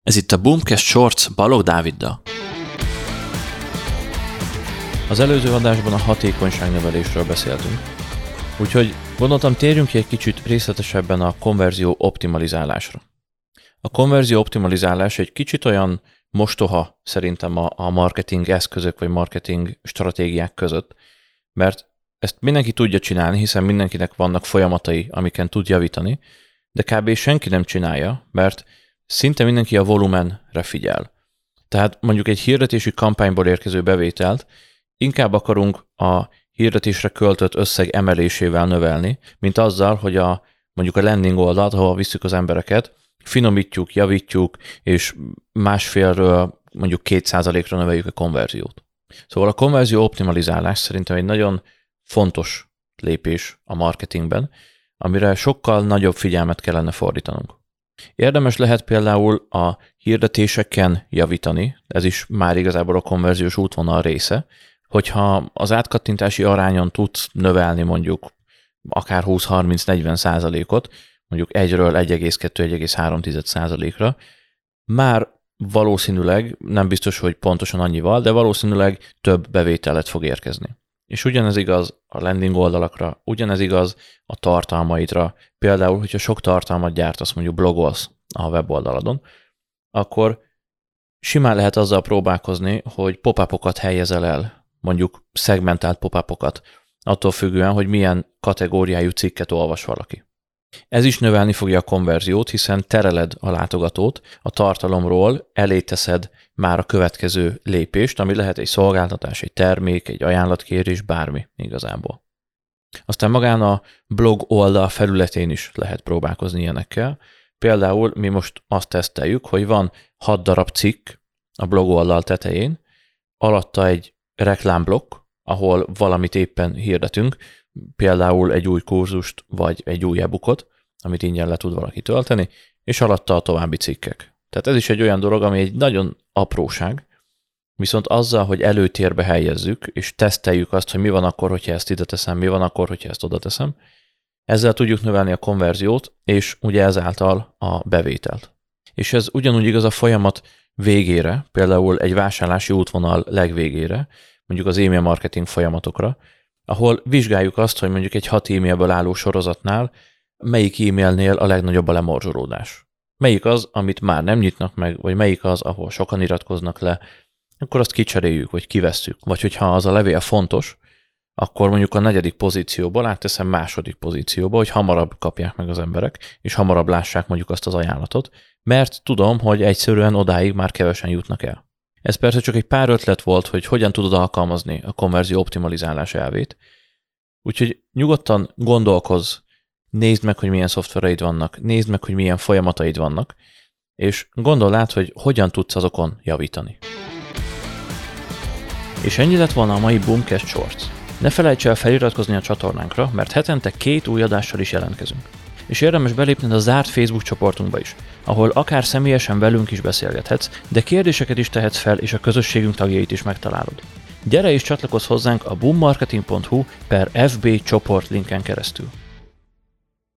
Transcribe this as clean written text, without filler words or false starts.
Ez itt a Boomcast Shorts Balogh Dáviddal. Az előző adásban a hatékonyságnövelésről beszéltünk, úgyhogy gondoltam térjünk ki egy kicsit részletesebben a konverzió optimalizálásra. A konverzió optimalizálás egy kicsit olyan mostoha szerintem a marketing eszközök vagy marketing stratégiák között, mert ezt mindenki tudja csinálni, hiszen mindenkinek vannak folyamatai, amiken tud javítani, de kb. Senki nem csinálja, mert szinte mindenki a volumenre figyel. Tehát mondjuk egy hirdetési kampányból érkező bevételt inkább akarunk a hirdetésre költött összeg emelésével növelni, mint azzal, hogy mondjuk a landing oldalt, ahol visszük az embereket, finomítjuk, javítjuk, és másfélről mondjuk 2%-ra növeljük a konverziót. Szóval a konverzió optimalizálás szerintem egy nagyon fontos lépés a marketingben, amire sokkal nagyobb figyelmet kellene fordítanunk. Érdemes lehet például a hirdetéseken javítani, ez is már igazából a konverziós útvonal része, hogyha az átkattintási arányon tudsz növelni mondjuk akár 20-30-40%-ot, mondjuk 1-ről 1,2-1,3%-ra, már valószínűleg, nem biztos, hogy pontosan annyival, de valószínűleg több bevételet fog érkezni. És ugyanez igaz a landing oldalakra, ugyanez igaz a tartalmaidra. Például, hogyha sok tartalmat gyártasz, mondjuk blogolsz a weboldaladon, akkor simán lehet azzal próbálkozni, hogy pop-upokat helyezel el, mondjuk szegmentált pop-upokat, attól függően, hogy milyen kategóriájú cikket olvas valaki. Ez is növelni fogja a konverziót, hiszen tereled a látogatót, a tartalomról elé teszed már a következő lépést, ami lehet egy szolgáltatás, egy termék, egy ajánlatkérés, bármi igazából. Aztán magán a blog oldal felületén is lehet próbálkozni ilyenekkel. Például mi most azt teszteljük, hogy van 6 darab cikk a blog oldal tetején, alatta egy reklámblokk, ahol valamit éppen hirdetünk, például egy új kurzust, vagy egy új e-bookot, amit ingyen le tud valaki tölteni, és alatta a további cikkek. Tehát ez is egy olyan dolog, ami egy nagyon apróság, viszont azzal, hogy előtérbe helyezzük, és teszteljük azt, hogy mi van akkor, hogyha ezt ide teszem, mi van akkor, hogyha ezt oda teszem, ezzel tudjuk növelni a konverziót, és ugye ezáltal a bevételt. És ez ugyanúgy igaz a folyamat végére, például egy vásárlási útvonal legvégére, mondjuk az e-mail marketing folyamatokra, ahol vizsgáljuk azt, hogy mondjuk egy 6 e-mailből álló sorozatnál melyik e-mailnél a legnagyobb a lemorzsolódás. Melyik az, amit már nem nyitnak meg, vagy melyik az, ahol sokan iratkoznak le, akkor azt kicseréljük, vagy kivesszük. Vagy hogyha az a levél fontos, akkor mondjuk a 4. pozícióból átteszem 2. pozícióba, hogy hamarabb kapják meg az emberek, és hamarabb lássák mondjuk azt az ajánlatot, mert tudom, hogy egyszerűen odáig már kevesen jutnak el. Ez persze csak egy pár ötlet volt, hogy hogyan tudod alkalmazni a konverzió optimalizálás elvét. Úgyhogy nyugodtan gondolkozz, nézd meg, hogy milyen szoftvereid vannak, nézd meg, hogy milyen folyamataid vannak, és gondold át, hogy hogyan tudsz azokon javítani. És ennyi lett volna a mai Boomcast Shorts. Ne felejts el feliratkozni a csatornánkra, mert hetente 2 új adással is jelentkezünk. És érdemes belépned a zárt Facebook csoportunkba is, ahol akár személyesen velünk is beszélgethetsz, de kérdéseket is tehetsz fel, és a közösségünk tagjait is megtalálod. Gyere és csatlakozz hozzánk a boommarketing.hu/FB csoport linken keresztül.